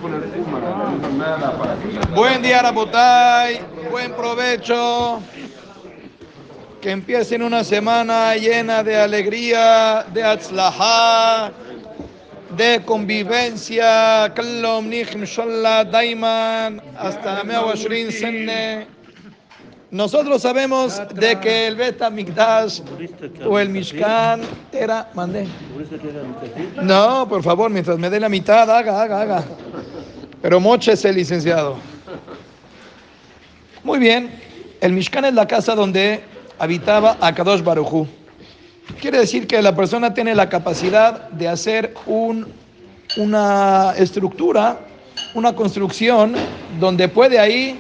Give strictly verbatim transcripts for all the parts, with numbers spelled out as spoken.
Buen día, Rabotay. Buen provecho. Que empiecen una semana llena de alegría, de atzlahá, de convivencia. Klom nichm sholla daiman hasta mea vashrin senne. Nosotros sabemos de que el Bet HaMikdash o el Mishkan era... ¿Mandé? No, por favor, mientras me dé la mitad, haga, haga, haga. Pero móchese, licenciado. Muy bien. El Mishkan es la casa donde habitaba Akadosh Baruj Hu. Quiere decir que la persona tiene la capacidad de hacer un, una estructura, una construcción donde puede ahí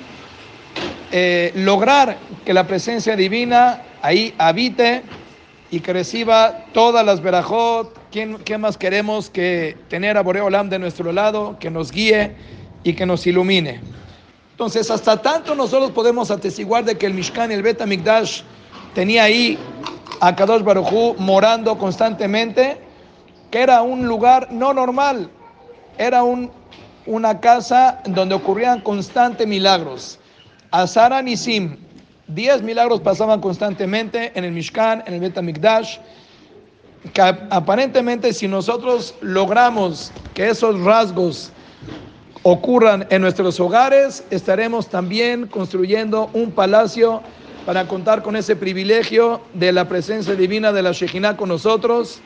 eh, lograr que la presencia divina ahí habite y que reciba todas las verajot. ¿Quién, ¿Qué más queremos que tener a Boré Olam de nuestro lado, que nos guíe y que nos ilumine? Entonces, hasta tanto nosotros podemos atestiguar de que el Mishkan y el Bet HaMikdash tenía ahí a Kadosh Baruj Hu morando constantemente, que era un lugar no normal, era un, una casa donde ocurrían constantes milagros. Asara Nisim, diez milagros pasaban constantemente en el Mishkan, en el Bet HaMikdash, que aparentemente si nosotros logramos que esos rasgos ocurran en nuestros hogares, estaremos también construyendo un palacio para contar con ese privilegio de la presencia divina de la Shejinah con nosotros,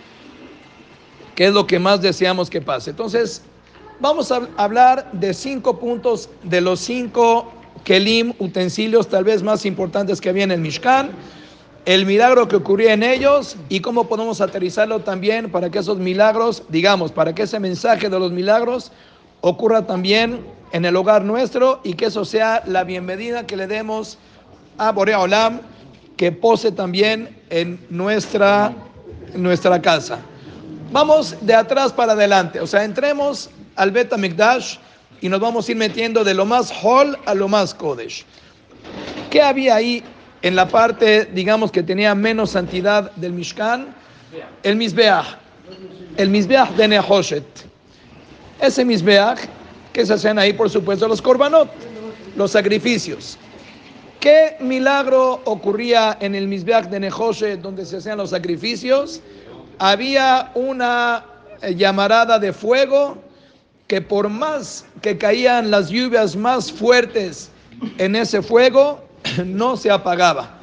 que es lo que más deseamos que pase. Entonces, vamos a hablar de cinco puntos de los cinco kelim, utensilios tal vez más importantes que había en el Mishkan, el milagro que ocurría en ellos y cómo podemos aterrizarlo también para que esos milagros, digamos, para que ese mensaje de los milagros ocurra también en el hogar nuestro y que eso sea la bienvenida que le demos a Boré Olam, que pose también en nuestra, en nuestra casa. Vamos de atrás para adelante, o sea, entremos al Bet HaMikdash y nos vamos a ir metiendo de lo más hol a lo más kodesh. ¿Qué había ahí en la parte, digamos, que tenía menos santidad del Mishkan? El Mizbeach, el Mizbeach de Nehoshet. Ese Mizbeach, que se hacían ahí, por supuesto, los korbanot, los sacrificios. ¿Qué milagro ocurría en el Mizbeach de Nehoshet, donde se hacían los sacrificios? Había una llamarada de fuego que por más que caían las lluvias más fuertes en ese fuego, no se apagaba.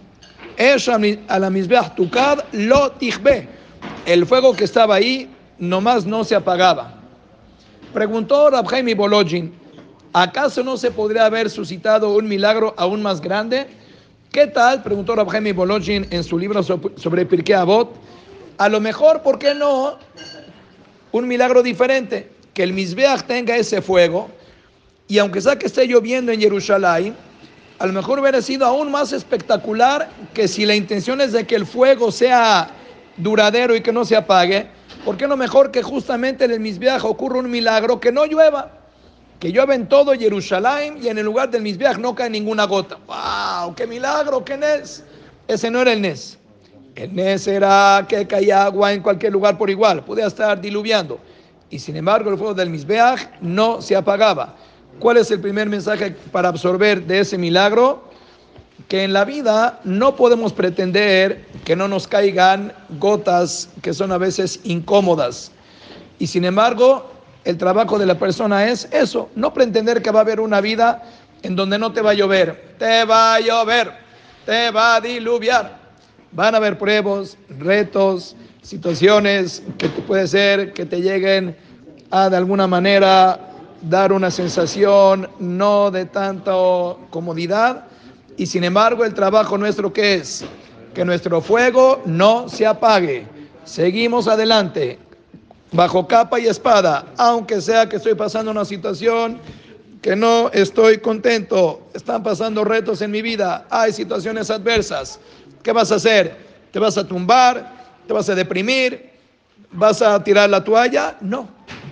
El fuego que estaba ahí nomás no se apagaba. Preguntó Rab Chaim Volojin, ¿acaso no se podría haber suscitado un milagro aún más grande? ¿Qué tal? Preguntó Rab Chaim Volojin en su libro sobre Pirkei Avot. A lo mejor, ¿por qué no un milagro diferente? Que el Mizbeach tenga ese fuego, y aunque sea que esté lloviendo en Jerusalén, a lo mejor hubiera sido aún más espectacular que si la intención es de que el fuego sea duradero y que no se apague. ¿Por qué no mejor que justamente en el Mizbeach ocurra un milagro, que no llueva? Que llueva en todo Jerusalén y en el lugar del Mizbeach no cae ninguna gota. ¡Wow! ¡Qué milagro! ¡Qué Nes! Ese no era el Nes. El Nes era que caía agua en cualquier lugar por igual, podía estar diluviando. Y sin embargo el fuego del Mizbeach no se apagaba. ¿Cuál es el primer mensaje para absorber de ese milagro? Que en la vida no podemos pretender que no nos caigan gotas que son a veces incómodas. Y sin embargo, el trabajo de la persona es eso, no pretender que va a haber una vida en donde no te va a llover. Te va a llover, te va a diluviar. Van a haber pruebas, retos, situaciones que puede ser que te lleguen a de alguna manera dar una sensación no de tanta comodidad, y sin embargo el trabajo nuestro, ¿qué es? Que nuestro fuego no se apague. Seguimos adelante bajo capa y espada, aunque sea que estoy pasando una situación que no estoy contento, están pasando retos en mi vida, hay situaciones adversas. ¿Qué vas a hacer? ¿Te vas a tumbar? ¿Te vas a deprimir? ¿Vas a tirar la toalla? No.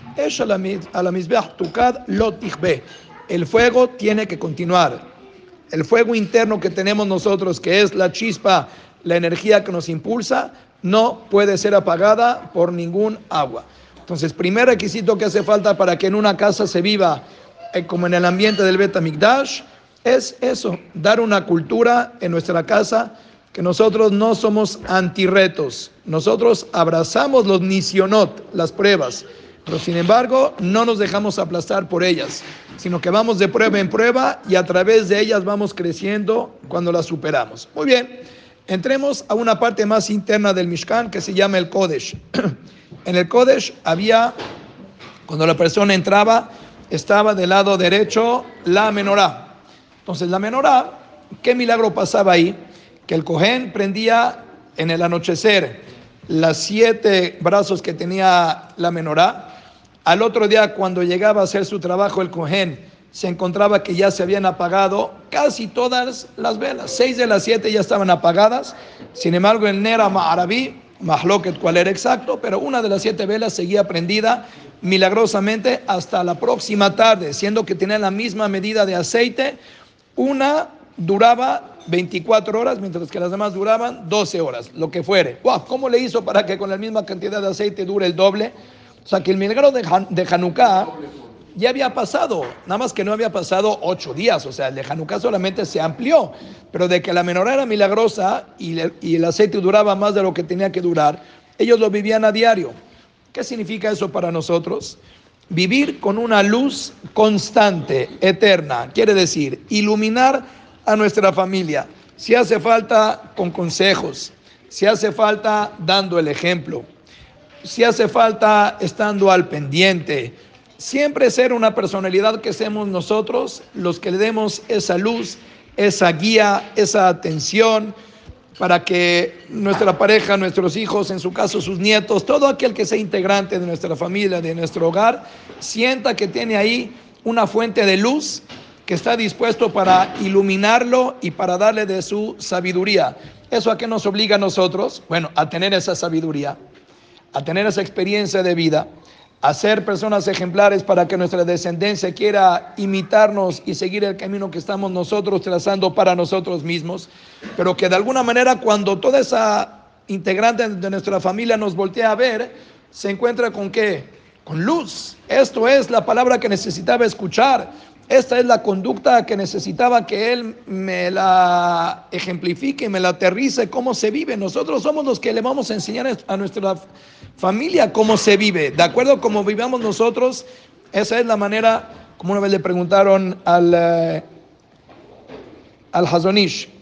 El fuego tiene que continuar. El fuego interno que tenemos nosotros, que es la chispa, la energía que nos impulsa, no puede ser apagada por ningún agua. Entonces, primer requisito que hace falta para que en una casa se viva eh, como en el ambiente del Bet HaMikdash es eso, dar una cultura en nuestra casa, que nosotros no somos antirretos, nosotros abrazamos los nisionot, las pruebas, pero sin embargo no nos dejamos aplastar por ellas, sino que vamos de prueba en prueba y a través de ellas vamos creciendo cuando las superamos. Muy bien, entremos a una parte más interna del Mishkan que se llama el Kodesh. En el Kodesh había, cuando la persona entraba, estaba del lado derecho la menorá. Entonces la menorá, ¿qué milagro pasaba ahí? Que el Cohen prendía en el anochecer las siete brazos que tenía la menorá. Al otro día, cuando llegaba a hacer su trabajo el Cohen, se encontraba que ya se habían apagado casi todas las velas. Seis de las siete ya estaban apagadas. Sin embargo, el Ner HaMa'araví, Mahloket cuál era exacto, pero una de las siete velas seguía prendida milagrosamente hasta la próxima tarde, siendo que tenía la misma medida de aceite. Una duraba veinticuatro horas, mientras que las demás duraban doce horas, lo que fuere. ¡Wow! ¿Cómo le hizo para que con la misma cantidad de aceite dure el doble? O sea, que el milagro de, Han- de Hanukkah ya había pasado, nada más que no había pasado ocho días, o sea, el de Hanukkah solamente se amplió, pero de que la menorá era milagrosa y, le- y el aceite duraba más de lo que tenía que durar, ellos lo vivían a diario. ¿Qué significa eso para nosotros? Vivir con una luz constante, eterna, quiere decir, iluminar a nuestra familia. Si hace falta con consejos, si hace falta dando el ejemplo, si hace falta estando al pendiente, siempre ser una personalidad que seamos nosotros los que le demos esa luz, esa guía, esa atención, para que nuestra pareja, nuestros hijos, en su caso sus nietos, todo aquel que sea integrante de nuestra familia, de nuestro hogar, sienta que tiene ahí una fuente de luz que está dispuesto para iluminarlo y para darle de su sabiduría. ¿Eso a qué nos obliga a nosotros? Bueno, a tener esa sabiduría, a tener esa experiencia de vida, a ser personas ejemplares para que nuestra descendencia quiera imitarnos y seguir el camino que estamos nosotros trazando para nosotros mismos, pero que de alguna manera cuando toda esa integrante de nuestra familia nos voltea a ver, se encuentra con ¿qué? Con luz. Esto es la palabra que necesitaba escuchar. Esta es la conducta que necesitaba que él me la ejemplifique, me la aterrice, cómo se vive. Nosotros somos los que le vamos a enseñar a nuestra familia cómo se vive. De acuerdo a cómo vivamos nosotros, esa es la manera, como una vez le preguntaron al, uh, al Hazonish,